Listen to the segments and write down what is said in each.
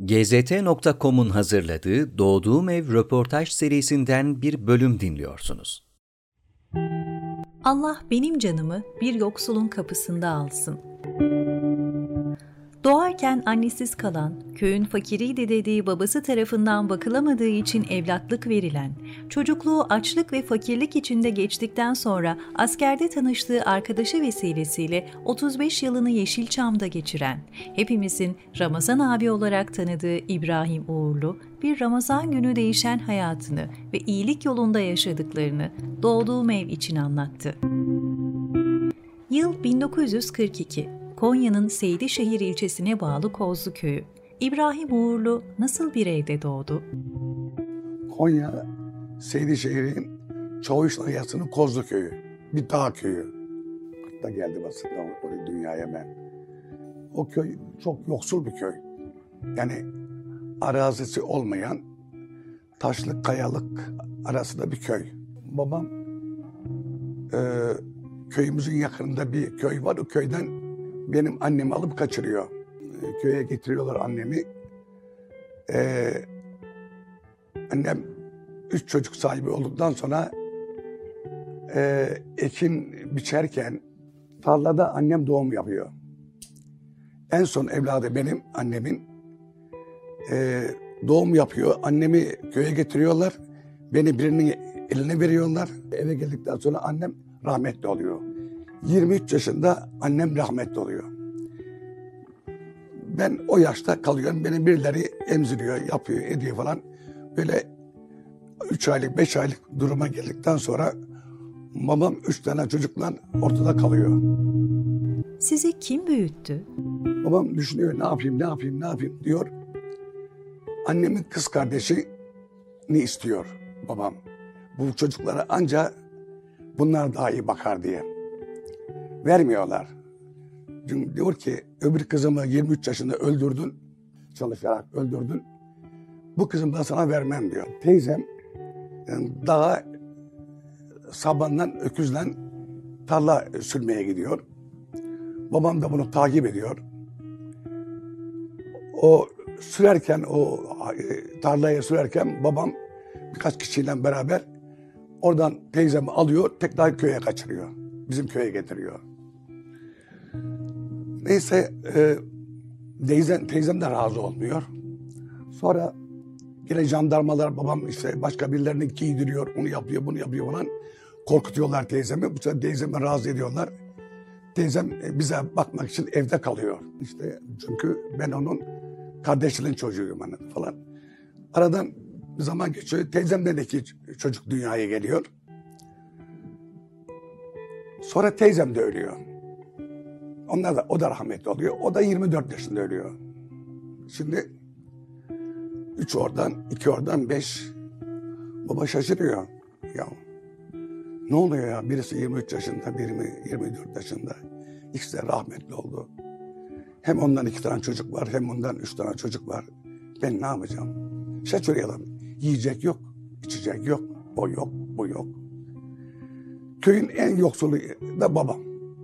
GZT.com'un hazırladığı Doğduğum Ev röportaj serisinden bir bölüm dinliyorsunuz. Allah benim canımı bir yoksulun kapısında alsın. Doğarken annesiz kalan, köyün fakiriydi dediği babası tarafından bakılamadığı için evlatlık verilen, çocukluğu açlık ve fakirlik içinde geçtikten sonra askerde tanıştığı arkadaşı vesilesiyle 35 yılını Yeşilçam'da geçiren, hepimizin Ramazan abi olarak tanıdığı İbrahim Uğurlu, bir Ramazan günü değişen hayatını ve iyilik yolunda yaşadıklarını doğduğum ev için anlattı. Yıl 1942. Konya'nın Seydişehir ilçesine bağlı Kozlu Köyü. İbrahim Uğurlu nasıl bir evde doğdu? Konya, Seydişehir'in Çavuşlu Yası'nın Kozlu Köyü. Bir dağ köyü. Da geldim aslında oraya dünyaya ben. O köy çok yoksul bir köy. Yani arazisi olmayan taşlık kayalık arasında bir köy. Babam köyümüzün yakınında bir köy var. O köyden benim annemi alıp kaçırıyor. Köye getiriyorlar annemi. Annem 3 çocuk sahibi olduktan sonra ekin biçerken tarlada annem doğum yapıyor. En son evladı benim annemin doğum yapıyor. Annemi köye getiriyorlar. Beni birinin eline veriyorlar. Eve geldikten sonra annem rahmetli oluyor. 23 yaşında annem rahmetli oluyor. Ben o yaşta kalıyorum. Beni birileri emziriyor, yapıyor, ediyor falan. Böyle 3 aylık, 5 aylık duruma geldikten sonra babam 3 tane çocukla ortada kalıyor. Sizi kim büyüttü? Babam düşünüyor, ne yapayım diyor. Annemin kız kardeşini istiyor babam. Bu çocuklara ancak bunlar daha iyi bakar diye. Vermiyorlar. Çünkü diyor ki öbür kızımı 23 yaşında öldürdün, çalışarak öldürdün. Bu kızımı da sana vermem diyor. Teyzem dağa sabandan, öküzden tarla sürmeye gidiyor. Babam da bunu takip ediyor. O sürerken, o tarlaya sürerken babam birkaç kişiyle beraber oradan teyzemi alıyor, tekrar köye kaçırıyor. Bizim köye getiriyor. Neyse teyzem de razı olmuyor. Sonra yine jandarmalar babam işte başka birilerini giydiriyor, onu yapıyor, bunu yapıyor falan. Korkutuyorlar teyzemi. Bu sefer teyzemi razı ediyorlar. Teyzem bize bakmak için evde kalıyor. İşte çünkü ben onun kardeşinin çocuğuyum falan. Aradan bir zaman geçiyor. Teyzemden de 2 çocuk dünyaya geliyor. Sonra teyzem de ölüyor. O da rahmetli oluyor. O da 24 yaşında ölüyor. Şimdi 3 oradan, 2 oradan, 5. Baba şaşırıyor. Ya ne oluyor ya? Birisi 23 yaşında, biri 24 yaşında. İkisi de rahmetli oldu. Hem ondan 2 tane çocuk var, hem ondan 3 tane çocuk var. Ben ne yapacağım? Şaşırıyorum. Yiyecek yok, içecek yok, o yok, bu yok. Köyün en yoksulu da babam.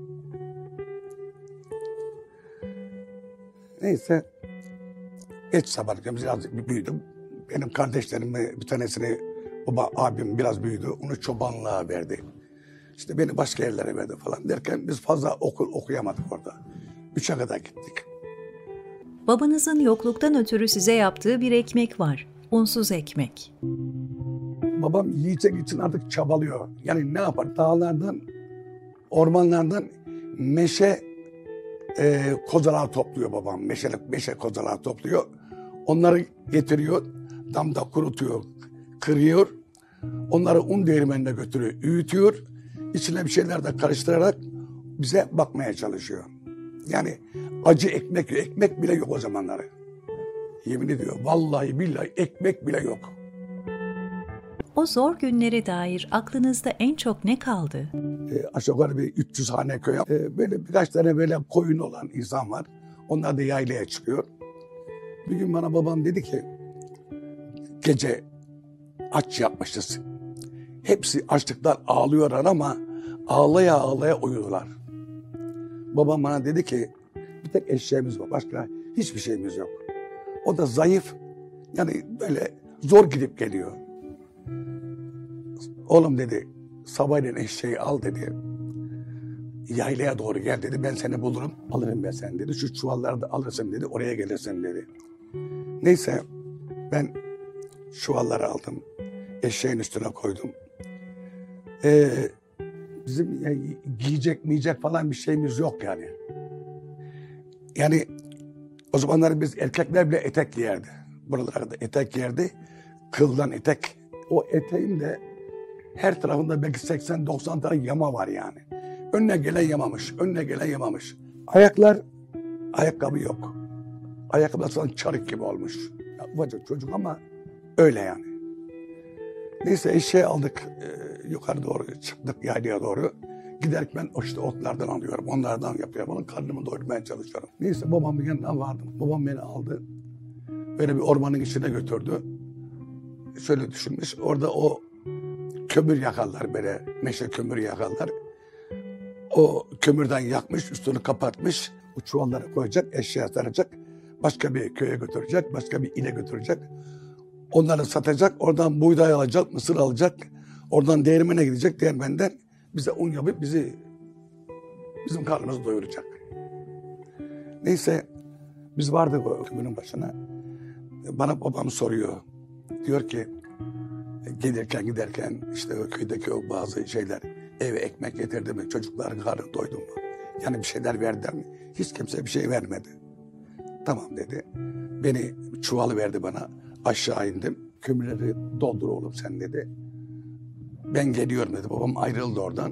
Neyse, geç sabah biraz büyüdüm. Benim kardeşlerimi bir tanesini abim biraz büyüdü. Onu çobanlığa verdi. İşte beni başka yerlere verdi falan derken biz fazla okuyamadık orada. 3'e kadar gittik. Babanızın yokluktan ötürü size yaptığı bir ekmek var. Unsuz ekmek. Babam yiyecek için artık çabalıyor. Yani ne yapar? Dağlardan, ormanlardan meşe kozalağı topluyor babam. Meşe kozalağı topluyor. Onları getiriyor. Damda kurutuyor, kırıyor. Onları un değirmenine götürüyor, öğütüyor. İçine bir şeyler de karıştırarak bize bakmaya çalışıyor. Yani acı ekmek bile yok o zamanları. Yemin ediyor, vallahi billahi ekmek bile yok. O zor günlere dair aklınızda en çok ne kaldı? Aşağı yukarı bir 300 hane köy. Böyle birkaç tane böyle koyun olan insan var. Onlar da yaylaya çıkıyor. Bir gün bana babam dedi ki, gece aç yapmışız. Hepsi açlıktan ağlıyorlar ama ağlaya ağlaya uyudular. Babam bana dedi ki, bir tek eşeğimiz var, başka hiçbir şeyimiz yok. O da zayıf. Yani böyle zor gidip geliyor. Oğlum dedi, sabahleyin eşeği al dedi. Yaylaya doğru gel dedi. Ben seni bulurum, alırım ben seni dedi. Şu çuvalları da alırsın dedi. Oraya gelirsin dedi. Neyse ben çuvalları aldım. Eşeğin üstüne koydum. Bizim yani giyecek falan bir şeyimiz yok yani. Yani o zamanlar biz erkekler bile etek giyerdi. Buralarda etek giyerdi. Kıldan etek. O eteğin de her tarafında belki 80-90 tane yama var yani. Önüne gelen yamamış, önüne gelen yamamış. Ayaklar, ayakkabı yok. Ayakkabılar sana çarık gibi olmuş. Ya, ufacık çocuk ama öyle yani. Neyse eşeği aldık, yukarı doğru çıktık, yaylaya doğru. Giderken ben işte otlardan alıyorum, onlardan yapıyorum. Onun karnımı doyurmaya çalışıyorum. Neyse babamın yanına vardım. Babam beni aldı. Böyle bir ormanın içine götürdü. Şöyle düşünmüş, orada o kömür yakarlar böyle, meşe kömürü yakarlar. O kömürden yakmış, üstünü kapatmış. Bu çuvallara koyacak, eşeğe saracak. Başka bir köye götürecek, başka bir ile götürecek. Onları satacak, oradan buğday alacak, mısır alacak. Oradan değirmene gidecek, değirmenden bize un yapıp bizim karnımızı doyuracak. Neyse biz vardık o kömürün başına. Bana babam soruyor. Diyor ki gelirken giderken işte o köydeki o bazı şeyler eve ekmek getirdi mi? Çocukların karnı doydu mu? Yani bir şeyler verdiler mi? Hiç kimse bir şey vermedi. Tamam dedi. Beni çuvalı verdi bana. Aşağı indim. Kömürleri doldur oğlum sen dedi. Ben geliyorum dedi. Babam ayrıldı oradan.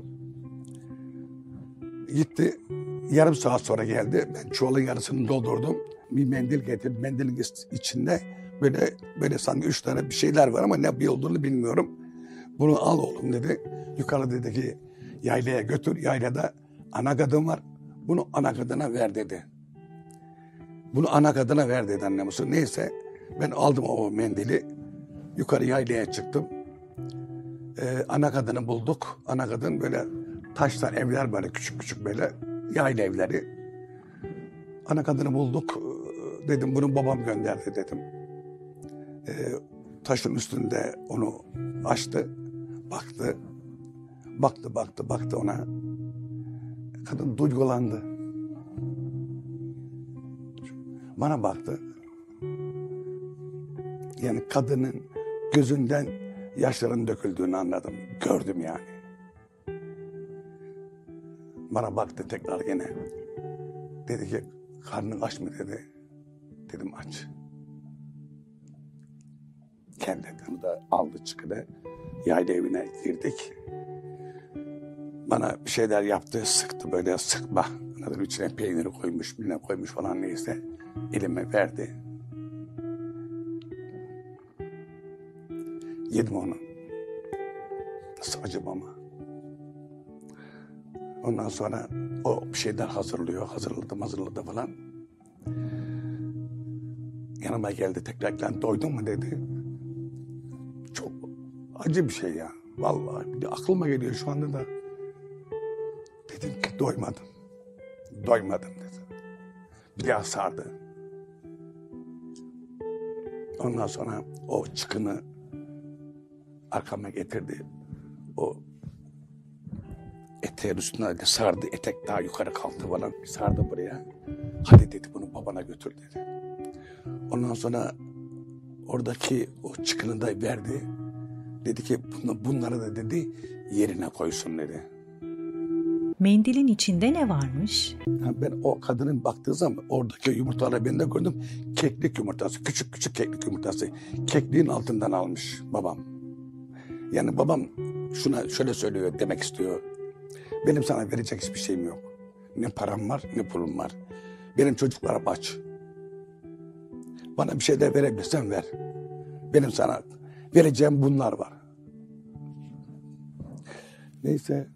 Gitti. Yarım saat sonra geldi. Ben çuvalın yarısını doldurdum. Bir mendil getirdim. Mendilin içinde böyle sanki 3 tane bir şeyler var ama ne bir olduğunu bilmiyorum. Bunu al oğlum dedi. Yukarıdaki yaylaya götür. Yaylada ana kadın var. Bunu ana kadına ver dedi. Bunu ana kadına ver dedi annem. Neyse ben aldım o mendili. Yukarı yaylaya çıktım. Ana kadını bulduk. Ana kadın böyle taştan evler böyle küçük küçük böyle yayla evleri. Ana kadını bulduk. Dedim bunu babam gönderdi dedim. Taşın üstünde onu açtı. Baktı ona. Kadın duygulandı. Bana baktı. Yani kadının gözünden yaşların döküldüğünü anladım. Gördüm yani. Bana baktı tekrar gene. Dedi ki karnın aç mı dedi. Dedim aç. Kendini de aldı çıktı. Yayla evine girdik. Bana bir şeyler yaptı, sıktı böyle sıkma. Anladın, içine peyniri koymuş, bilmem koymuş falan neyse. Elime verdi. Yedim onu. Nasıl acım ama. Ondan sonra o bir şeyler hazırladı falan. Yanıma geldi tekrar doydun mu dedi. Çok acı bir şey ya. Vallahi bir de aklıma geliyor şu anda da. Dedim ki doymadım. Doymadım dedi. Bir daha sardı. Ondan sonra o çıkını arkama getirdi. O eteğin üstüne de sardı. Etek daha yukarı kalktı falan. Sardı buraya. Hadi dedi bunu babana götür dedi. Ondan sonra oradaki o çıkını da verdi. Dedi ki bunları da dedi yerine koysun dedi. Mendilin içinde ne varmış? Ben o kadının baktığı zaman oradaki yumurtaları ben de gördüm. Keklik yumurtası, küçük küçük keklik yumurtası. Kekliğin altından almış babam. Yani babam şuna şöyle söylüyor demek istiyor. Benim sana verecek hiçbir şeyim yok. Ne param var ne pulum var. Benim çocuklarım aç. Bana bir şey de verebilirsen ver. Benim sana vereceğim bunlar var. Neyse.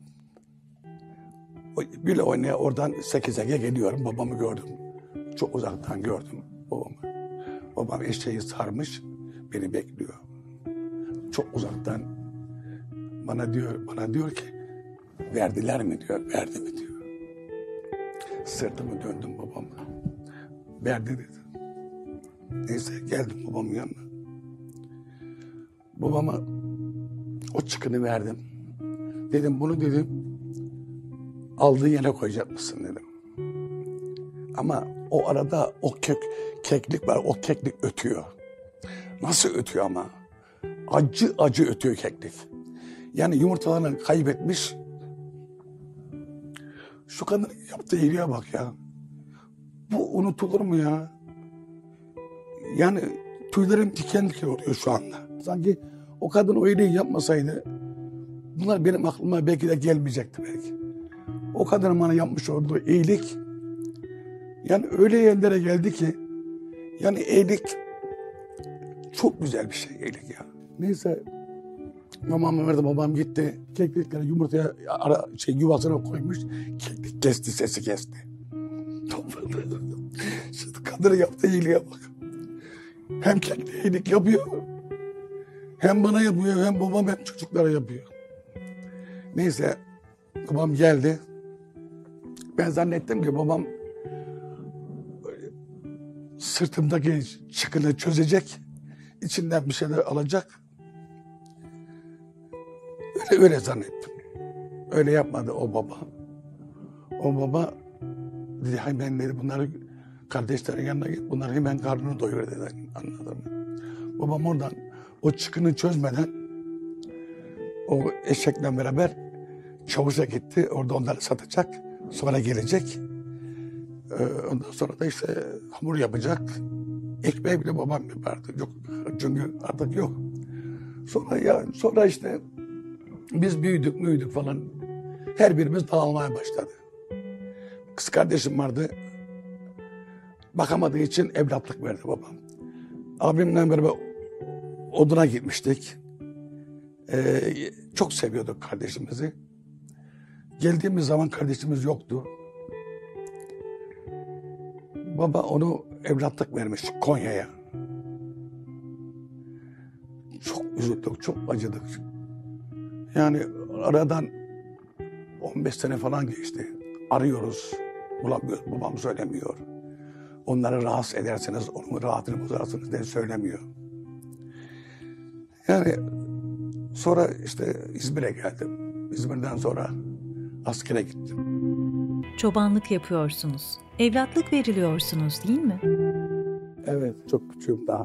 Güle oynaya oradan 8'e geliyorum. Babamı gördüm. Çok uzaktan gördüm babamı. Babam eşeği sarmış. Beni bekliyor. Çok uzaktan bana diyor ki verdiler mi diyor. Verdi mi diyor. Sırtımı döndüm babama. Verdi dedi. Neyse geldim babamın yanına. Babama o çıkını verdim. Dedim bunu dedim aldığın yere koyacak mısın dedim. Ama o arada o keklik var, o keklik ötüyor. Nasıl ötüyor ama? Acı acı ötüyor keklik. Yani yumurtalarını kaybetmiş. Şu kadın yaptığı iyiliğe bak ya. Bu unutulur mu ya? Yani tüylerim diken diken oluyor şu anda. Sanki o kadın o iyiliği yapmasaydı bunlar benim aklıma belki de gelmeyecekti belki. O kadının bana yapmış olduğu iyilik yani öyle yerlere geldi ki yani iyilik çok güzel bir şey iyilik ya. Neyse babam verdi, babam gitti. Keklikleri yumurtaya yuvasına koymuş. Keklik kesti, sesi kesti. Şimdi kadının yaptığı iyiliğe bak. Hem kekliğe iyilik yapıyor. Hem bana yapıyor, hem babam hem çocuklara yapıyor. Neyse babam geldi. Ben zannettim ki babam sırtımdaki çıkını çözecek. İçinden bir şeyler alacak. Öyle zannettim. Öyle yapmadı o baba. O baba dedi hemen dedi bunları kardeşlerin yanına git. Bunları hemen karnını doyur dedi. Anladın mı? Babam oradan o çıkını çözmeden o eşekle beraber çavuşa gitti. Orada onları satacak. Sonra gelecek. Ondan sonra da işte hamur yapacak. Ekmeği bile babam yapardı. Yok, çünkü artık yok. Sonra işte biz büyüdük falan. Her birimiz dağılmaya başladı. Kız kardeşim vardı. Bakamadığı için evlatlık verdi babam. Abimle beraber oduna gitmiştik. Çok seviyorduk kardeşimizi. Geldiğimiz zaman kardeşimiz yoktu. Baba onu evlatlık vermiş Konya'ya. Çok üzüldük, çok acıdık. Yani aradan 15 sene falan geçti. Arıyoruz, bulamıyoruz, babam söylemiyor. Onları rahatsız ederseniz, onun rahatını bozarsınız diye söylemiyor. Yani sonra işte İzmir'e geldim. İzmir'den sonra askere gittim. Çobanlık yapıyorsunuz. Evlatlık veriliyorsunuz değil mi? Evet, çok küçüğüm daha.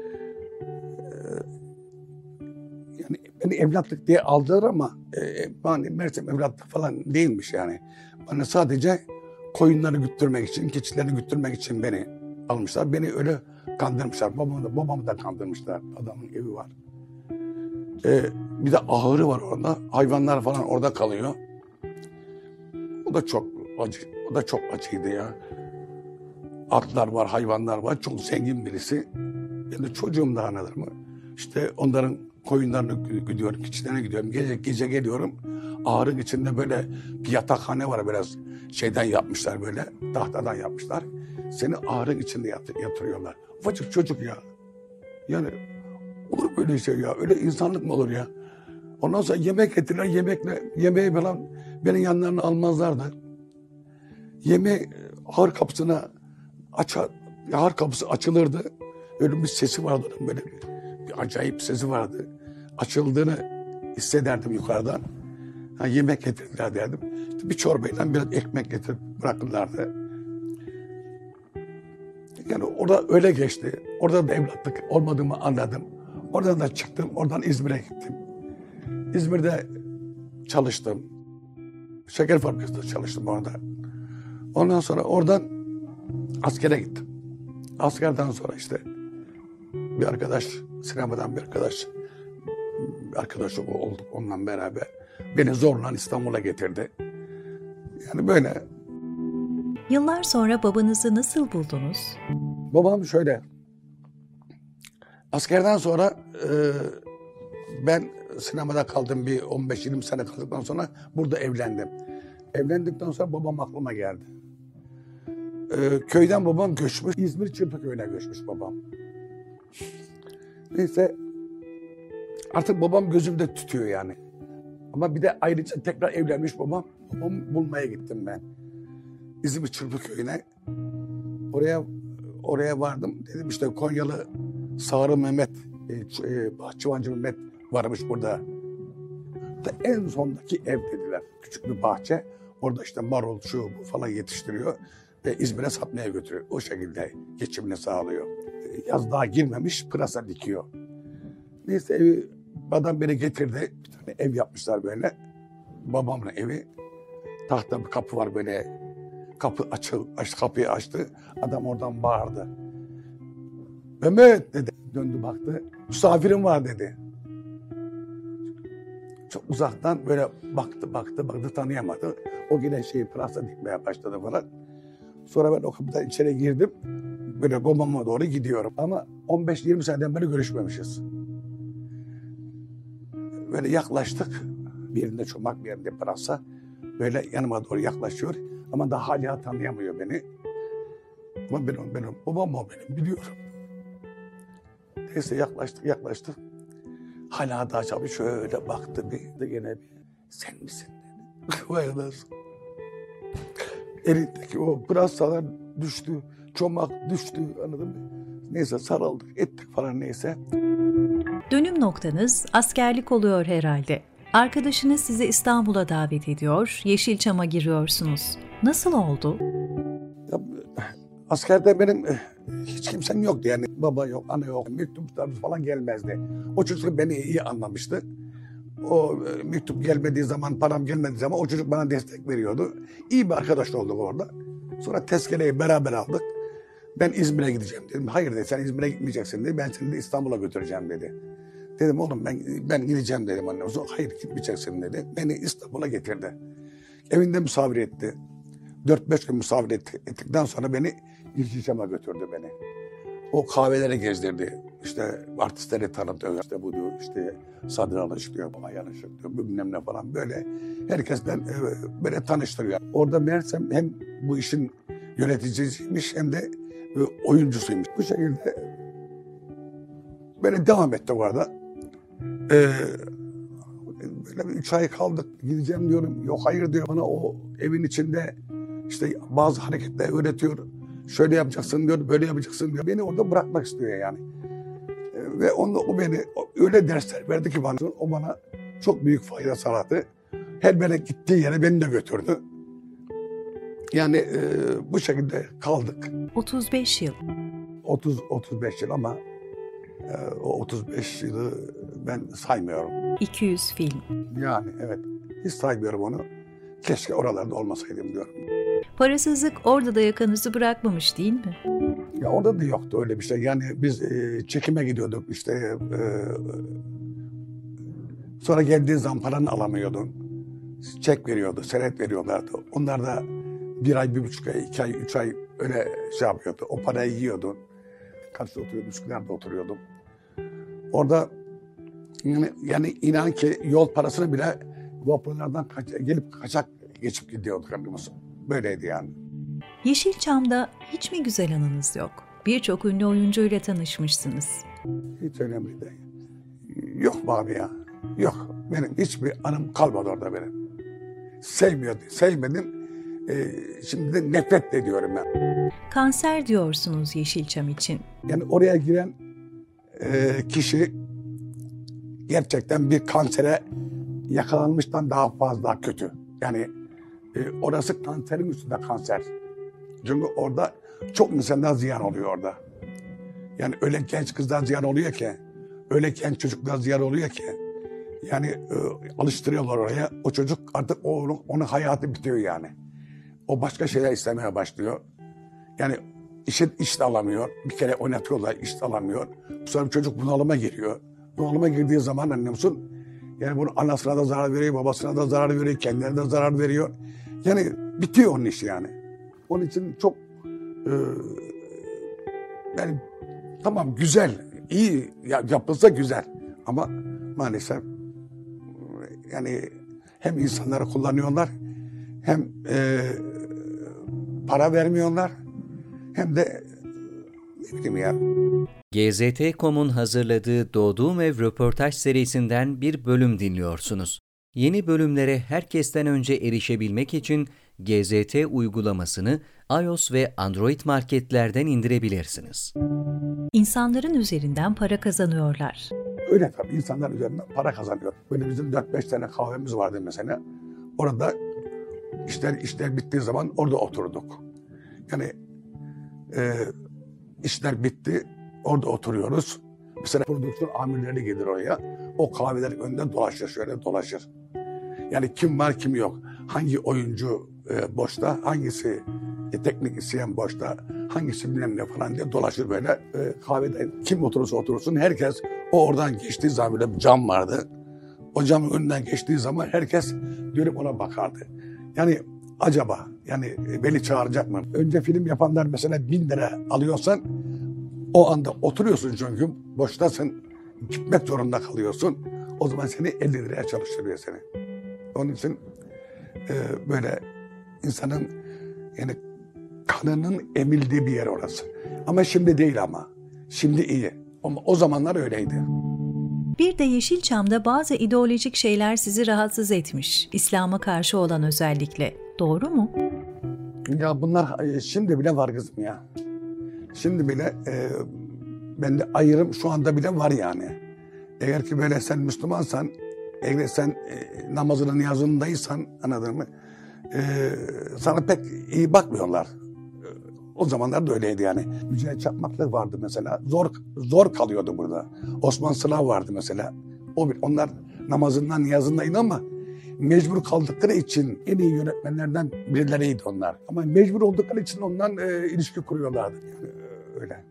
Yani beni evlatlık diye aldılar ama bana meğersem evlatlık falan değilmiş yani. Bana sadece koyunları güttürmek için, keçileri güttürmek için beni almışlar. Beni öyle kandırmışlar. Babamı da kandırmışlar. Adamın evi var. Bir de ahırı var orada. Hayvanlar falan orada kalıyor. O da çok acı. O da çok acıydı ya. Atlar var, hayvanlar var. Çok zengin birisi. Yani çocuğum da anladın mı? İşte onların koyunlarını gidiyorum, keçilerine gidiyorum. Gece geliyorum. Ahırın içinde böyle bir yatakhane var, biraz şeyden yapmışlar böyle. Tahtadan yapmışlar. Seni ahırın içinde yatırıyorlar. Ufacık çocuk ya. Yani olur böyle şey ya. Öyle insanlık mı olur ya? Ondan sonra yemek getirirler. Yemeği falan benim yanlarına almazlardı. Yemeği ahır kapısı açılırdı. Öyle bir sesi vardı. Böyle bir acayip sesi vardı. Açıldığını hissederdim yukarıdan. Yemek getirdiler derdim. İşte bir çorbayla biraz ekmek getirip bırakırlardı. Yani orada öyle geçti. Orada da evlatlık olmadığımı anladım. Oradan da çıktım. Oradan İzmir'e gittim. İzmir'de çalıştım. Şeker fabrikasında çalıştım orada. Ondan sonra oradan askere gittim. Askerden sonra işte bir arkadaş, sinemadan bir arkadaş olduk onunla beraber. Beni zorla İstanbul'a getirdi. Yani böyle. Yıllar sonra babanızı nasıl buldunuz? Babam şöyle. Askerden sonra ben sinemada kaldım, bir 15-20 sene kaldıktan sonra burada evlendim. Evlendikten sonra babam aklıma geldi. Köyden babam göçmüş. İzmir Çırpıköy'üne göçmüş babam. Neyse artık babam gözümde tutuyor yani. Ama bir de ayrıca tekrar evlenmiş babam. Babamı bulmaya gittim ben. İzmir Çırpıköy'üne. Oraya oraya vardım. Dedim işte Konyalı Sağrı Mehmet, Bahçıvancı Mehmet varmış burada. En sondaki ev dediler. Küçük bir bahçe. Orada işte marul, şu bu falan yetiştiriyor. Ve İzmir'e satmaya götürüyor. O şekilde geçimini sağlıyor. Yaz daha girmemiş, pırasa dikiyor. Neyse evi adam beni getirdi. Bir tane ev yapmışlar böyle. Babamın evi. Tahta bir kapı var böyle. Kapı kapıyı açtı. Adam oradan bağırdı. Mehmet dedi. Döndü baktı. Misafirim var dedi. Çok uzaktan böyle baktı tanıyamadı. O yine pırasa dikmeye başladı falan. Sonra ben o kapıdan içeri girdim. Böyle Gomam'a doğru gidiyorum. Ama 15-20 seneden beri görüşmemişiz. Böyle yaklaştık. Bir yerinde çomak, bir yerinde pırasa. Böyle yanıma doğru yaklaşıyor. Ama daha hala tanıyamıyor beni. Ama benim babam o benim, biliyorum. Neyse yaklaştık. Hala daha çabuk şöyle baktı bir gene bir. Sen misin dedi. Vay anasın. Elindeki o pırasalar düştü. Çomak düştü, anladın mı? Neyse sarıldık ettik falan neyse. Dönüm noktanız askerlik oluyor herhalde. Arkadaşınız sizi İstanbul'a davet ediyor, Yeşilçam'a giriyorsunuz. Nasıl oldu? Ya, askerde benim hiç kimsem yoktu yani. Baba yok, ana yok. Mektuplarımız falan gelmezdi. O çocuk beni iyi anlamıştı. O mektup gelmediği zaman, param gelmediği zaman o çocuk bana destek veriyordu. İyi bir arkadaş olduk orada. Sonra tezkereyi beraber aldık. Ben İzmir'e gideceğim dedim. Hayır dedi, sen İzmir'e gitmeyeceksin dedi. Ben seni de İstanbul'a götüreceğim dedi. Dedim oğlum ben gideceğim dedim anne. O zaman hayır gitmeyeceksin dedi. Beni İstanbul'a getirdi. Evinde misafir etti. 4-5 gün misafir ettikten sonra beni Yeşilçam'a götürdü beni. O kahvelere gezdirdi. İşte artistleri tanıtıyor. İşte bu diyor, işte Sadri Alışık diyor, Ayhan Işık diyor, bilmem ne falan böyle. Herkesten böyle tanıştırıyor. Orada meğersem hem bu işin yöneticisiymiş hem de oyuncusuymuş. Bu şekilde böyle devam etti orada. Böyle 3 ay kaldık. Gideceğim diyorum. Yok hayır diyor. Bana o evin içinde işte bazı hareketler öğretiyor. Şöyle yapacaksın diyor, böyle yapacaksın diyor. Beni orada bırakmak istiyor yani. Ve o beni öyle dersler verdi ki bana. O bana çok büyük fayda sağladı. Her böyle gittiği yere beni de götürdü. Yani bu şekilde kaldık. 35 yıl. 35 yıl ama o 35 yılı ben saymıyorum. 200 film. Yani evet, hiç saymıyorum onu. Keşke oralarda olmasaydım diyorum. Parasızlık orada da yakanızı bırakmamış değil mi? Ya orada da yoktu öyle bir şey. Yani biz çekime gidiyorduk işte. Sonra geldiğin zaman paranı alamıyordun. Çek veriyordu, senet veriyorlardı. Onlar da 1 ay, 1,5 ay, 2 ay, 3 ay öyle yapıyordu. O parayı yiyordun. Karşıda oturuyordum, Üsküdar'da oturuyordum. Orada yani inan ki yol parasını bile vapurlardan gelip kaçak geçip gidiyorduk. Böyleydi yani. Yeşilçam'da hiç mi güzel anınız yok? Birçok ünlü oyuncuyla tanışmışsınız. Hiç önemli değil. Yok abi ya. Yok. Benim hiçbir anım kalmadı orada benim. Sevmedim. Şimdi de nefret ediyorum ben. Kanser diyorsunuz Yeşilçam için. Yani oraya giren kişi gerçekten bir kansere yakalanmıştan daha fazla kötü. Yani orası kanserin üstünde kanser. Çünkü orada çok insanlar ziyan oluyor orada. Yani öyle genç kızlar ziyan oluyor ki, öyle genç çocuklar ziyan oluyor ki. Yani alıştırıyorlar oraya. O çocuk artık onun hayatı bitiyor yani. O başka şeyler istemeye başlıyor. Yani iş de alamıyor. Bir kere oynatıyorlar, iş de alamıyor. Bu sefer çocuk bunalıma giriyor. Bunalıma girdiği zaman anlıyor musun? Yani bunun anasına da zarar veriyor, babasına da zarar veriyor, kendine de zarar veriyor. Yani bitiyor onun işi yani. Onun için çok yani tamam güzel, iyi yapılsa güzel. Ama maalesef yani hem insanları kullanıyorlar, hem para vermiyorlar, hem de ne bileyim ya. GZT.com'un hazırladığı Doğduğum Ev röportaj serisinden bir bölüm dinliyorsunuz. Yeni bölümlere herkesten önce erişebilmek için GZT uygulamasını iOS ve Android marketlerden indirebilirsiniz. İnsanların üzerinden para kazanıyorlar. Öyle tabii, insanlar üzerinden para kazanıyor. Böyle bizim 4-5 tane kahvemiz vardı mesela. Orada işler bittiği zaman orada oturduk. Yani işler bitti, orada oturuyoruz. Mesela prodüksiyon amirleri gelir oraya. O kahvelerin önünde dolaşır, şöyle dolaşır. Yani kim var kim yok. Hangi oyuncu boşta, hangisi teknik isteyen boşta, hangisi bilmem ne falan diye dolaşır böyle. Kahvede kim oturursa oturursun, herkes o oradan geçtiği zaman, böyle bir cam vardı. O camın önünden geçtiği zaman herkes dönüp ona bakardı. Yani acaba, yani beni çağıracak mı? Önce film yapanlar mesela 1000 lira alıyorsan o anda oturuyorsun çünkü boştasın, gitmek zorunda kalıyorsun. O zaman seni 50 liraya çalıştırıyor seni. Onun için böyle insanın yani kanının emildiği bir yer orası. Ama şimdi değil ama. Şimdi iyi. Ama o zamanlar öyleydi. Bir de Yeşilçam'da bazı ideolojik şeyler sizi rahatsız etmiş. İslam'a karşı olan özellikle. Doğru mu? Ya bunlar şimdi bile var kızım ya. Şimdi bile bende ayrım şu anda bile var yani. Eğer ki böyle sen Müslümansan, eğer sen namazının niyazındaysan, anladın mı? Sana pek iyi bakmıyorlar. O zamanlar da öyleydi yani. Mücahit Çakmaklı vardı mesela. Zor kalıyordu burada. Osman Sınav vardı mesela. Onlar namazından niyazındaydı ama mecbur kaldıkları için en iyi yönetmenlerden birileriydi onlar. Ama mecbur oldukları için ondan ilişki kuruyorlardı. Yani öyle.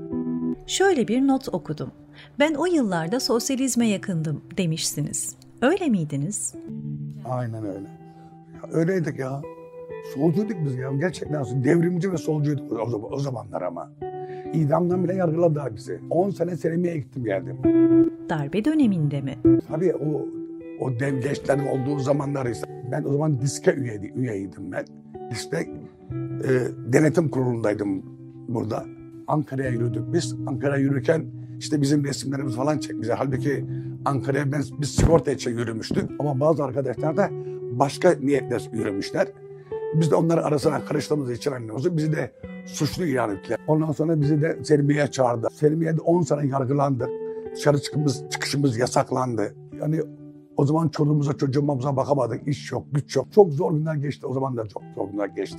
Şöyle bir not okudum. Ben o yıllarda sosyalizme yakındım demişsiniz. Öyle miydiniz? Aynen öyle. Ya, öyleydik ya. Solcuyduk biz ya. Gerçekten devrimci ve solcuyduk o zamanlar ama. İdamdan bile yargıladılar bizi. 10 sene Selimiye'ye gittim geldim. Darbe döneminde mi? Tabii o dev gençlerin olduğu zamanlar ise. Ben o zaman diske üyeydim ben. Diske denetim kurulundaydım burada. Ankara'ya yürüdük biz. Ankara'ya yürürken işte bizim resimlerimiz falan çekmişler. Halbuki Ankara'ya biz sigorta için yürümüştük. Ama bazı arkadaşlar da başka niyetle yürümüşler. Biz de onların arasına karıştığımız için anlıyoruz. Bizi de suçlu ilan ettiler. Ondan sonra bizi de Selimiye'ye çağırdı. Selimiye'de 10 sene yargılandık. Dışarı çıkışımız yasaklandı. Yani o zaman çocuğumuza bakamadık. İş yok, güç yok. Çok zor günler geçti. O zaman da çok zor günler geçti.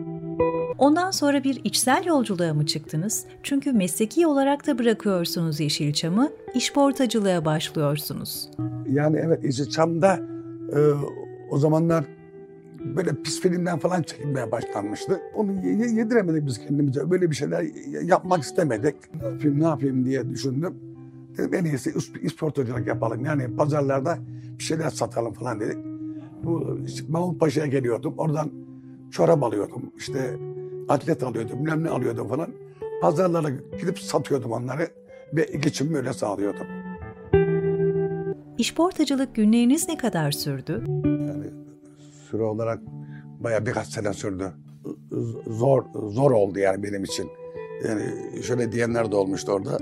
Ondan sonra bir içsel yolculuğa mı çıktınız? Çünkü mesleki olarak da bırakıyorsunuz Yeşilçam'ı, işportacılığa başlıyorsunuz. Yani evet, Yeşilçam'da o zamanlar böyle pis filmden falan çekilmeye başlanmıştı. Onu yediremedik biz kendimize. Böyle bir şeyler yapmak istemedik. Ne yapayım diye düşündüm. Dedim en iyisi işportacılık yapalım. Yani pazarlarda bir şeyler satalım falan dedik. Bu işte Mahmutpaşa'ya geliyordum. Oradan çorap alıyordum. İşte atlet alıyordum. Bilmem ne alıyordum falan. Pazarlara gidip satıyordum onları. Ve geçimimi öyle sağlıyordum. İşportacılık günleriniz ne kadar sürdü? Yani süre olarak bayağı birkaç sene sürdü. Zor oldu yani benim için. Yani şöyle diyenler de olmuştu orada.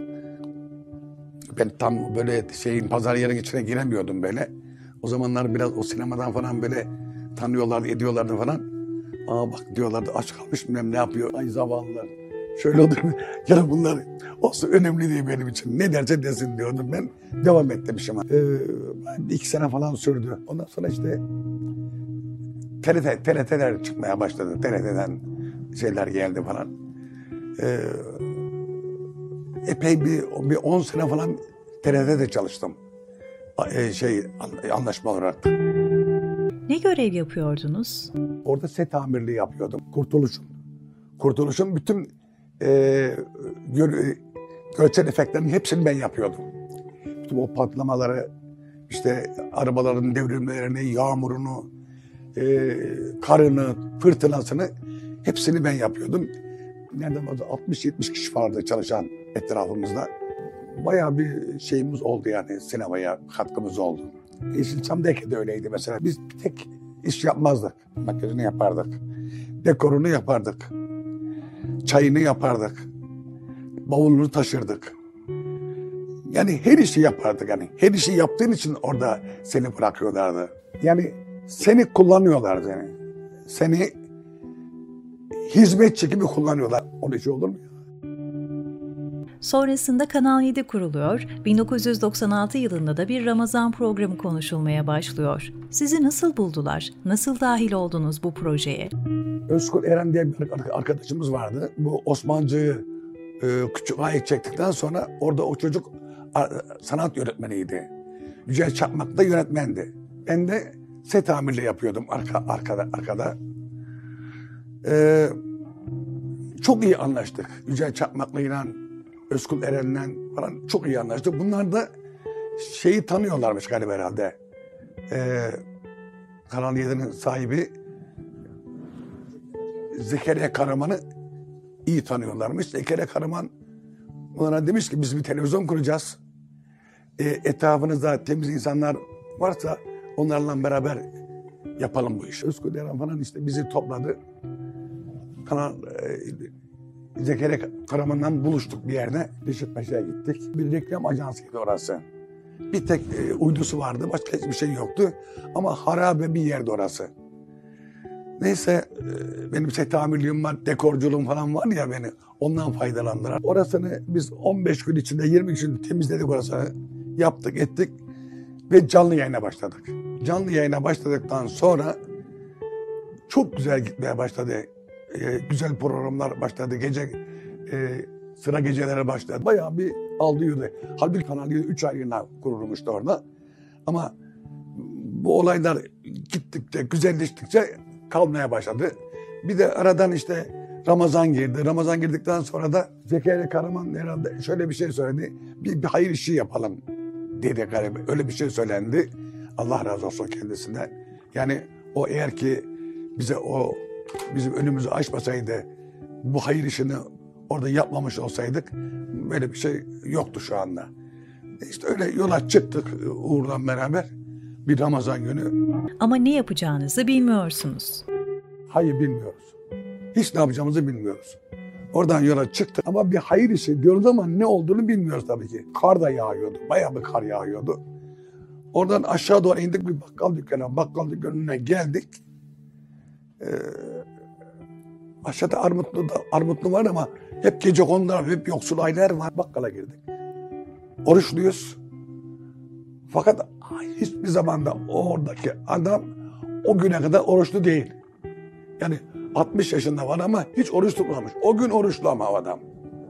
Ben tam böyle pazar yerin içine giremiyordum böyle. O zamanlar biraz o sinemadan falan böyle tanıyorlardı, ediyorlardı falan. Aa bak diyorlardı, aç kalmış bilmem ne yapıyor. Ay zavallılar. Şöyle oldu. Yani bunlar olsun önemli değil benim için. Ne derse desin diyordum ben. Devam ettim işime. 2 sene falan sürdü. Ondan sonra işte TRT'ler çıkmaya başladı. TRT'den şeyler geldi falan. Epey bir 10 sene falan TRT'de çalıştım. Anlaşma olarak. Ne görev yapıyordunuz? Orada set amirliği yapıyordum. Kurtuluş'un bütün görsel efektlerin hepsini ben yapıyordum. Bütün o patlamaları, işte arabaların devrilmelerini, yağmurunu, karını, fırtınasını hepsini ben yapıyordum. Nereden fazla 60-70 kişi vardı çalışan etrafımızda. Bayağı bir şeyimiz oldu yani, sinemaya katkımız oldu. Yeşilçam'daki de öyleydi mesela. Biz bir tek iş yapmazdık. Makyajını yapardık. Dekorunu yapardık. Çayını yapardık. Bavulunu taşırdık. Yani her işi yapardık yani. Her işi yaptığın için orada seni bırakıyorlardı. Yani seni kullanıyorlardı yani. seni hizmetçi gibi kullanıyorlar. Öyle şey olur mu ya? Sonrasında Kanal 7 kuruluyor, 1996 yılında da bir Ramazan programı konuşulmaya başlıyor. Sizi nasıl buldular? Nasıl dahil oldunuz bu projeye? Özkul Eren diye bir arkadaşımız vardı. Bu Osmancı'yı küçük ayık çektikten sonra orada o çocuk sanat yönetmeniydi. Yücel Çakmak da yönetmendi. Ben de set amirliği yapıyordum arkada. Çok iyi anlaştık. Yücel Çakmak'la, Özkul Eren'le falan çok iyi anlaştık. Bunlar da şeyi tanıyorlarmış galiba herhalde. Kanal 7'nin sahibi Zekeriya Karaman'ı iyi tanıyorlarmış. Zekeriya Karaman onlara demiş ki biz bir televizyon kuracağız. Etrafınızda temiz insanlar varsa onlarla beraber yapalım bu işi. Özkul Eren falan işte bizi topladı. Zekeriya Karaman'dan buluştuk bir yerde. Beşiktaş'a gittik. Bir reklam ajansıydı orası. Bir tek uydusu vardı. Başka hiçbir şey yoktu. Ama harabe bir yerdi orası. Neyse benim set amirliğim var, dekorculuğum falan var ya beni. Ondan faydalandılar. Orasını biz 15 gün içinde 20 gün içinde temizledik orasını. Yaptık ettik ve canlı yayına başladık. Canlı yayına başladıktan sonra çok güzel gitmeye başladı. Güzel programlar başladı. Gece sıra geceleri başladı. Bayağı bir aldı yürüdü. Halbuki Kanal 7 3 aylığına kurulmuştu orada. Ama bu olaylar gittikçe, güzelleştikçe kalmaya başladı. Bir de aradan işte Ramazan girdi. Ramazan girdikten sonra da Zekeriya Karaman herhalde şöyle bir şey söyledi. Bir hayır işi yapalım dedi galiba. Öyle bir şey söylendi. Allah razı olsun kendisinden. Yani o eğer ki bize bizim önümüzü açmasaydı, bu hayır işini orada yapmamış olsaydık böyle bir şey yoktu şu anda. İşte öyle yola çıktık Uğur'la beraber bir Ramazan günü. Ama ne yapacağınızı bilmiyorsunuz. Hayır bilmiyoruz. Hiç ne yapacağımızı bilmiyoruz. Oradan yola çıktık ama bir hayır işi diyoruz ama ne olduğunu bilmiyoruz tabii ki. Kar da yağıyordu, bayağı bir kar yağıyordu. Oradan aşağı doğru indik bir bakkal dükkanına geldik. Aşağıda Armutlu var ama hep gecekondular, hep yoksul aileler var. Bakkala girdik. Oruçluyuz. Fakat hiçbir zamanda oradaki adam o güne kadar oruçlu değil. Yani 60 yaşında var ama hiç oruç tutmamış. O gün oruçlu ama o adam.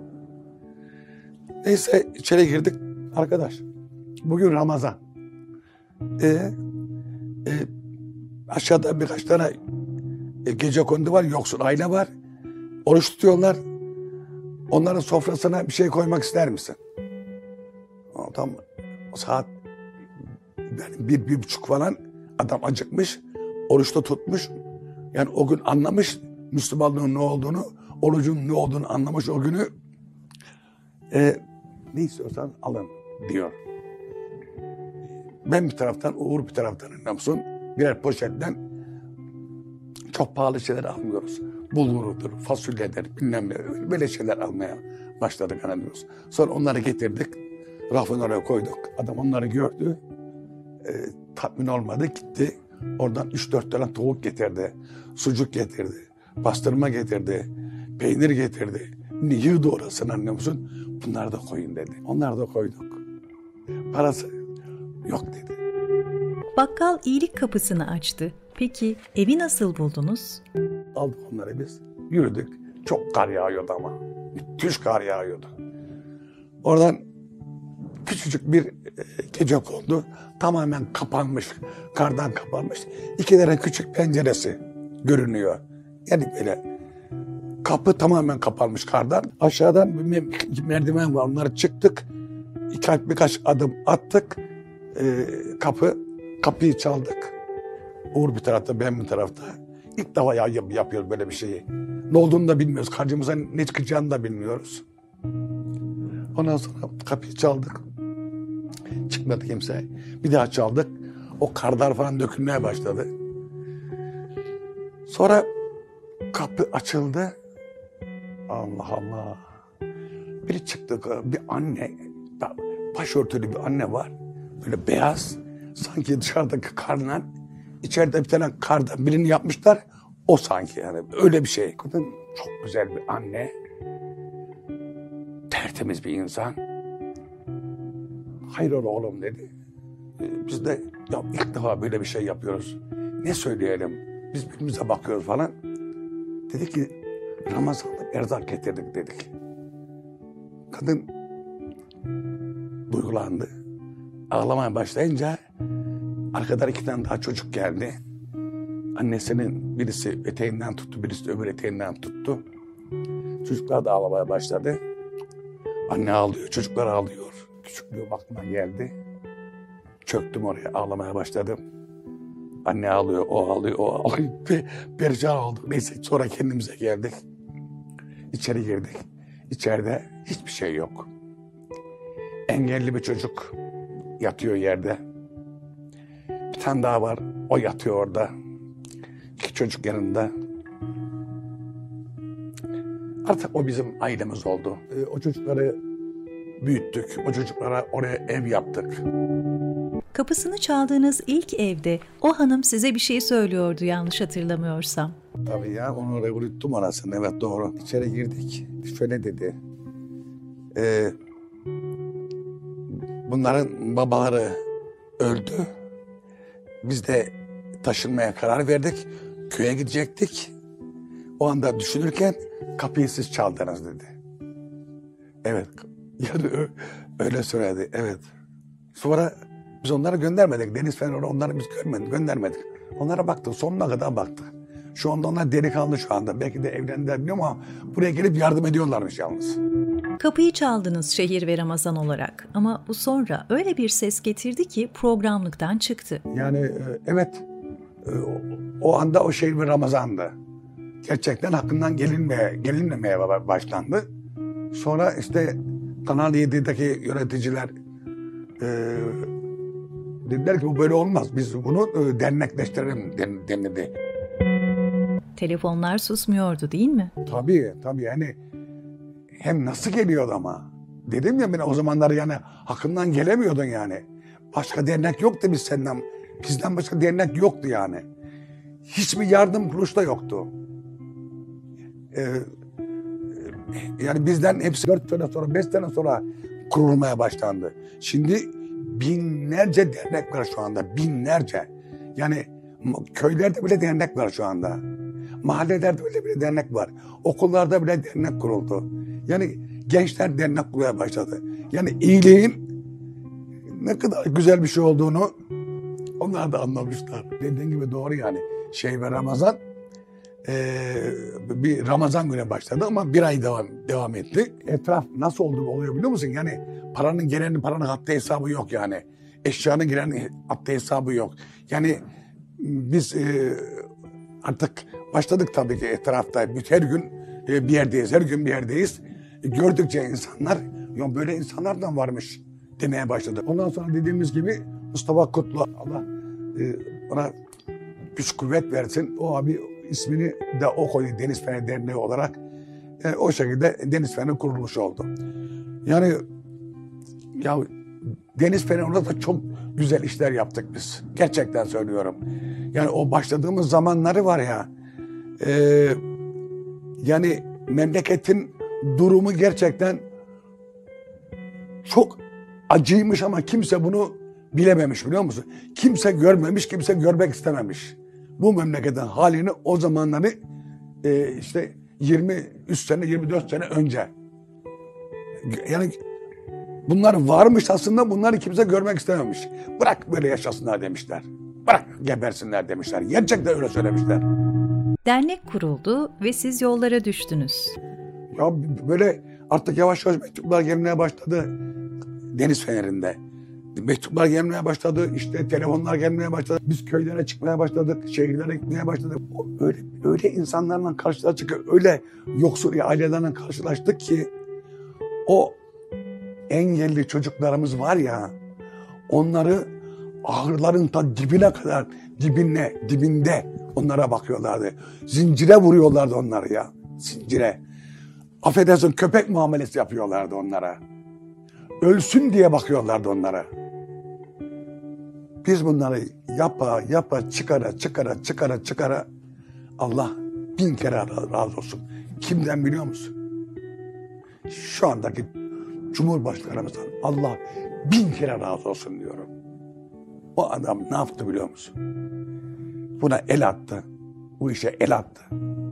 Neyse içeri girdik. Arkadaş bugün Ramazan. Aşağıda birkaç tane gecekondu var, yoksul aile var. Oruç tutuyorlar. Onların sofrasına bir şey koymak ister misin? Adam o saat yani bir buçuk falan adam acıkmış, oruçta tutmuş. Yani o gün anlamış Müslümanlığın ne olduğunu, orucun ne olduğunu anlamış o günü. Ne istiyorsan alın diyor. Ben bir taraftan, Uğur bir taraftan anlamsın. Birer poşetten çok pahalı şeyler almıyoruz. Bulgurudur, fasulyedir, bilmem ne. Böyle şeyler almaya başladık anlıyoruz. Sonra onları getirdik. Rafın oraya koyduk. Adam onları gördü. Tatmin olmadı, gitti. Oradan 3-4 tane tavuk getirdi. Sucuk getirdi. Pastırma getirdi. Peynir getirdi. Yığdı orasını anlıyor musun? Bunları da koyun dedi. Onları da koyduk. Parası yok dedi. Bakkal iyilik kapısını açtı. Peki evi nasıl buldunuz? Aldık onları biz. Yürüdük. Çok kar yağıyordu ama. Müthiş kar yağıyordu. Oradan küçücük bir gecekondu. Tamamen kapanmış. Kardan kapanmış. 2 tane küçük penceresi görünüyor. Yani böyle kapı tamamen kapanmış kardan. Aşağıdan bir merdiven var. Onları çıktık. Birkaç adım attık. Kapıyı çaldık. Uğur bir tarafta, ben bir tarafta. İlk defa yapıyoruz böyle bir şeyi. Ne olduğunu da bilmiyoruz. Karşımıza ne çıkacağını da bilmiyoruz. Ondan sonra kapıyı çaldık. Çıkmadı kimse. Bir daha çaldık. O karlar falan dökülmeye başladı. Sonra kapı açıldı. Allah Allah. Biri çıktı. Bir anne, başörtülü bir anne var. Böyle beyaz. Sanki dışarıdaki karla içeride bir tane kardan birini yapmışlar. O sanki yani öyle bir şey. Kadın çok güzel bir anne. Tertemiz bir insan. Hayrola oğlum dedi. Biz de ya ilk defa böyle bir şey yapıyoruz. Ne söyleyelim? Biz birbirimize bakıyoruz falan. Dedi ki Ramazan'da erzak getirdik dedik. Kadın duygulandı. Ağlamaya başlayınca arkadan 2 tane daha çocuk geldi. Annesinin birisi eteğinden tuttu, birisi de öbür eteğinden tuttu. Çocuklar da ağlamaya başladı. Anne ağlıyor, çocuklar ağlıyor. Küçüklüğüm aklıma geldi. Çöktüm oraya, ağlamaya başladım. Anne ağlıyor, o ağlıyor, o ağlıyor. Perişan olduk. Neyse sonra kendimize geldik. İçeri girdik. İçeride hiçbir şey yok. Engelli bir çocuk yatıyor yerde. Bir tane daha var, o yatıyor orada. 2 çocuk yanında. Artık o bizim ailemiz oldu. O çocukları büyüttük. O çocuklara oraya ev yaptık. Kapısını çaldığınız ilk evde o hanım size bir şey söylüyordu yanlış hatırlamıyorsam. Tabii ya, onu oraya unuttum orasını. Evet, doğru. İçeri girdik. Şöyle dedi. Bunların babaları öldü. Biz de taşınmaya karar verdik. Köye gidecektik. O anda düşünürken kapıyı siz çaldınız dedi. Evet. Yani öyle söyledi. Evet. Sonra biz onları göndermedik. Deniz Fener'e onları biz göndermedik. Onlara baktık. Sonuna kadar baktık. Şu anda onlar delikanlı şu anda. Belki de evlendiler bilmiyorum ama buraya gelip yardım ediyorlarmış yalnız. Kapıyı çaldınız Şehir ve Ramazan olarak ama bu sonra öyle bir ses getirdi ki programlıktan çıktı. Yani evet, o anda o Şehir ve Ramazan'dı. Gerçekten hakkından gelinmemeye başlandı. Sonra işte Kanal 7'deki yöneticiler dediler ki bu böyle olmaz. Biz bunu dernekleştirelim denildi. Telefonlar susmuyordu değil mi? Tabii yani hem nasıl geliyordu ama. Dedim ya ben o zamanlar yani hakkından gelemiyordun yani. Başka dernek yoktu bizden başka dernek yoktu yani. Hiçbir yardım kuruluş da yoktu. Yani bizden hepsi 4 sene sonra 5 sene sonra kurulmaya başlandı. Şimdi binlerce dernek var şu anda, binlerce. Yani köylerde bile dernek var şu anda. Mahallelerde bile dernek var. Okullarda bile dernek kuruldu. Yani gençler dernek kurmaya başladı. Yani iyiliğin ne kadar güzel bir şey olduğunu onlar da anlamışlar. Dediğin gibi doğru yani. Ve Ramazan bir Ramazan günü başladı ama 1 ay devam etti. Etraf nasıl oluyor biliyor musun? Yani paranın gelenin paranın haddi hesabı yok yani. Eşyanın gelenin haddi hesabı yok. Yani biz artık başladık tabii ki etrafta. Her gün bir yerdeyiz, her gün bir yerdeyiz. Gördükçe insanlar, ya böyle insanlar da varmış demeye başladı. Ondan sonra dediğimiz gibi Mustafa Kutlu, Allah ona güç kuvvet versin. O abi ismini de o koydu Deniz Feneri Derneği olarak. O şekilde Deniz Feneri kurulmuş oldu. Yani ya Deniz Feneri orada da çok güzel işler yaptık biz. Gerçekten söylüyorum. Yani o başladığımız zamanları var ya, yani memleketin durumu gerçekten çok acıymış ama kimse bunu bilememiş biliyor musun? Kimse görmemiş, kimse görmek istememiş. Bu memleketin halini o zamanları işte 23 sene, 24 sene önce. Yani bunlar varmış aslında, bunları kimse görmek istememiş. Bırak böyle yaşasınlar demişler. Bırak gebersinler demişler. Gerçekten öyle söylemişler. Dernek kuruldu ve siz yollara düştünüz. Ya böyle artık yavaş yavaş mektuplar gelmeye başladı Deniz Feneri'nde. Mektuplar gelmeye başladı, işte telefonlar gelmeye başladı. Biz köylere çıkmaya başladık, şehirlere gitmeye başladık. Öyle insanlarla karşılaştık, öyle yoksul ailelerle karşılaştık ki o engelli çocuklarımız var ya, onları ahırların ta dibine kadar, dibinde onlara bakıyorlardı. Zincire vuruyorlardı onları ya, zincire. Affedersin, köpek muamelesi yapıyorlardı onlara. Ölsün diye bakıyorlardı onlara. Biz bunları yapa çıkara Allah bin kere razı olsun. Kimden biliyor musun? Şu andaki Cumhurbaşkanımızdan Allah bin kere razı olsun diyorum. O adam ne yaptı biliyor musun? Buna el attı. Bu işe el attı.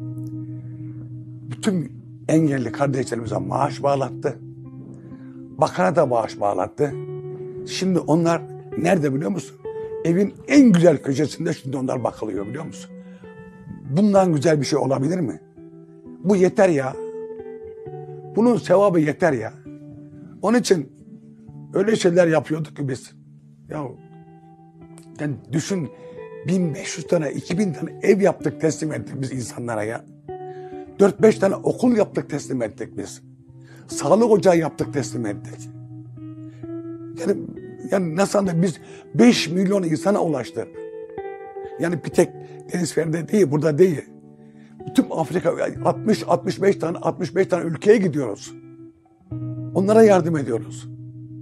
Bütün engelli kardeşlerimize maaş bağlattı. Bakana da maaş bağlattı. Şimdi onlar nerede biliyor musun? Evin en güzel köşesinde şimdi onlar bakılıyor biliyor musun? Bundan güzel bir şey olabilir mi? Bu yeter ya. Bunun sevabı yeter ya. Onun için öyle şeyler yapıyorduk ki biz. Ya yani düşün 1500 tane, 2000 tane ev yaptık, teslim ettik biz insanlara ya. 4-5 tane okul yaptık, teslim ettik biz. Sağlık ocağı yaptık, teslim ettik. Yani nasıl da biz 5 milyon insana ulaştık. Yani bir tek Deniz Feri'de değil, burada değil. Bütün Afrika 65 tane ülkeye gidiyoruz. Onlara yardım ediyoruz.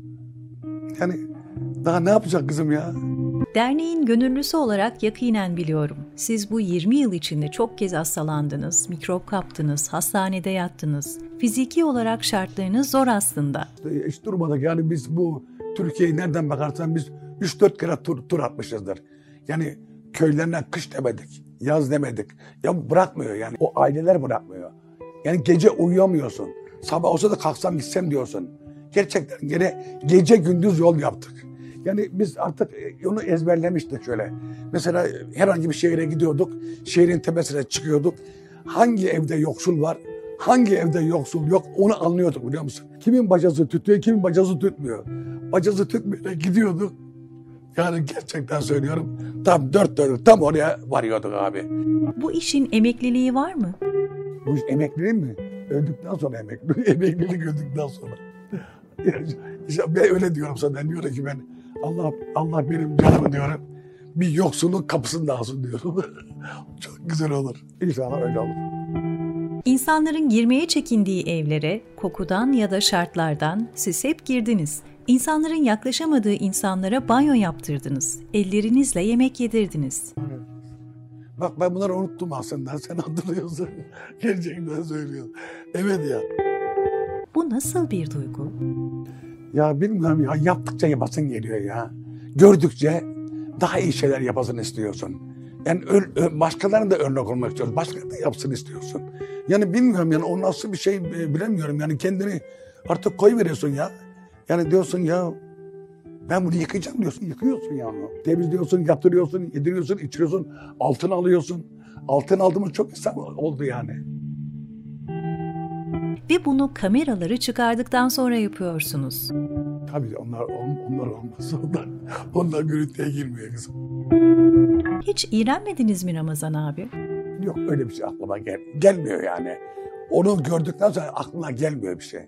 Yani daha ne yapacak kızım ya? Derneğin gönüllüsü olarak yakinen biliyorum. Siz bu 20 yıl içinde çok kez hastalandınız, mikrop kaptınız, hastanede yattınız. Fiziki olarak şartlarınız zor aslında. Hiç durmadık yani biz bu Türkiye'yi nereden bakarsan biz 3-4 kere tur atmışızdır. Yani köylerine kış demedik, yaz demedik. Ya bırakmıyor yani. O aileler bırakmıyor. Yani gece uyuyamıyorsun. Sabah olsa da kalksam gitsem diyorsun. Gerçekten gece gündüz yol yaptık. Yani biz artık onu ezberlemiştik şöyle. Mesela herhangi bir şehre gidiyorduk. Şehrin tepesine çıkıyorduk. Hangi evde yoksul var, hangi evde yoksul yok onu anlıyorduk biliyor musun? Kimin bacası tütüyor, kimin bacası tütmüyor. Bacası tütmüyor da gidiyorduk. Yani gerçekten söylüyorum tam dört dörtlük tam oraya varıyorduk abi. Bu işin emekliliği var mı? Bu iş emekliliği mi? Öldükten sonra emeklilik öldükten sonra. Yani işte ben öyle diyorum sana. Diyorum ki ben Allah benim canımı diyorum. Bir yoksulun kapısını dağılsın diyorum. Çok güzel olur. İnşallah öyle olur. İnsanların girmeye çekindiği evlere, kokudan ya da şartlardan siz hep girdiniz. İnsanların yaklaşamadığı insanlara banyo yaptırdınız. Ellerinizle yemek yedirdiniz. Bak ben bunları unuttum aslında. Sen hatırlıyorsun. Gerçekten söylüyorsun. Evet ya. Bu nasıl bir duygu? Ya bilmiyorum ya. Yaptıkça yapasın geliyor ya. Gördükçe daha iyi şeyler yapasın istiyorsun. Yani başkalarına da örnek olmak istiyorsun. Başkaları da yapsın istiyorsun. Yani bilmiyorum yani o nasıl bir şey bilemiyorum. Yani kendini artık koyuveriyorsun ya. Yani diyorsun ya ben bunu yıkayacağım diyorsun. Yıkıyorsun yani. Temizliyorsun, yatırıyorsun, yediriyorsun, içiriyorsun. Altın alıyorsun. Altın aldığımız çok insan oldu yani. Ve bunu kameraları çıkardıktan sonra yapıyorsunuz. Tabii onlar olmaz. Onlar görüntüye girmiyor kızım. Hiç iğrenmediniz mi Ramazan abi? Yok öyle bir şey aklıma gelmiyor yani. Onu gördükten sonra aklına gelmiyor bir şey.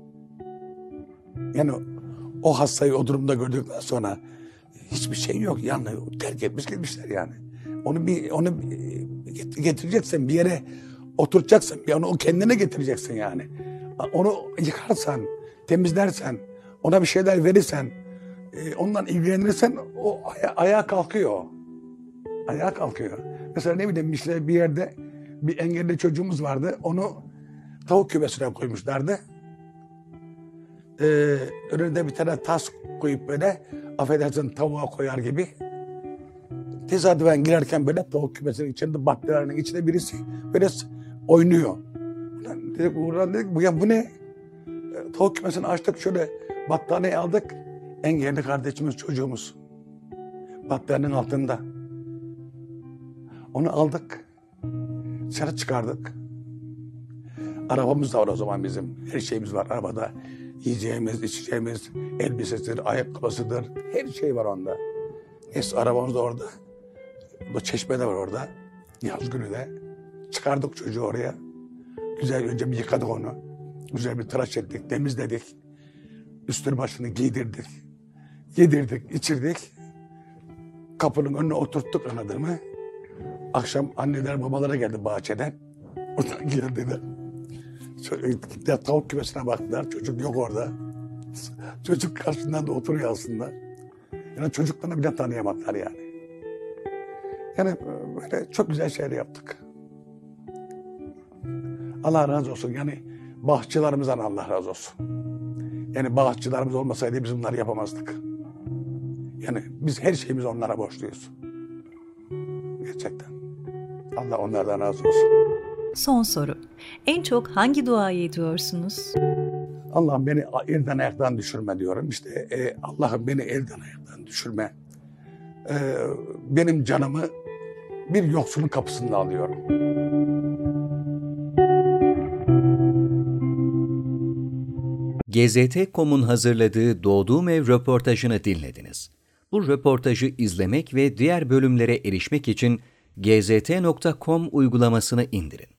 Yani o hastayı o durumda gördükten sonra hiçbir şey yok. Yani terk etmiş gitmişler yani. Onu getireceksin bir yere oturacaksın. Yani onu kendine getireceksin yani. Onu yıkarsan, temizlersen, ona bir şeyler verirsen, ondan ilgilenirsen o ayağa kalkıyor. Ayağa kalkıyor. Mesela ne bileyim işte bir yerde bir engelli çocuğumuz vardı. Onu tavuk kümesine koymuşlardı. Önünde bir tane tas koyup böyle affedersin tavuğa koyar gibi. Tesadüfen girerken böyle tavuk kümesinin içinde battaniyenin içinde birisi böyle oynuyor. Buradan dedik bu ne? Tavuk kümesini açtık şöyle battaniyeyi aldık. Engelli kardeşimiz çocuğumuz. Battaniyenin altında. Onu aldık. Dışarı çıkardık. Arabamız da var o zaman bizim. Her şeyimiz var arabada. Yiyeceğimiz, içeceğimiz, elbisesidir, ayakkabısıdır. Her şey var onda. Neyse arabamız da orada. O çeşme de var orada. Yaz günü de. Çıkardık çocuğu oraya. Güzel önce bir yıkadık onu. Güzel bir tıraş ettik, temizledik. Üstünü başını giydirdik. Yedirdik, içirdik. Kapının önüne oturttuk anladın mı? Akşam anneler babalara geldi bahçeden. Oradan geldiler. Gittiler tavuk kümesine baktılar. Çocuk yok orada. Çocuk karşısından da oturuyor aslında. Yani çocuklarını bile tanıyamadılar yani. Yani böyle çok güzel şeyler yaptık. Allah razı olsun. Yani bağışçılarımızdan Allah razı olsun. Yani bağışçılarımız olmasaydı biz bunları yapamazdık. Yani biz her şeyimizi onlara borçluyuz. Gerçekten. Allah onlardan razı olsun. Son soru. En çok hangi duayı ediyorsunuz? Allah'ım beni elden ayaktan düşürme diyorum. İşte Allah'ım beni elden ayaktan düşürme. Benim canımı bir yoksulun kapısında alıyorum. GZT.com'un hazırladığı Doğduğum Ev röportajını dinlediniz. Bu röportajı izlemek ve diğer bölümlere erişmek için gzt.com uygulamasını indirin.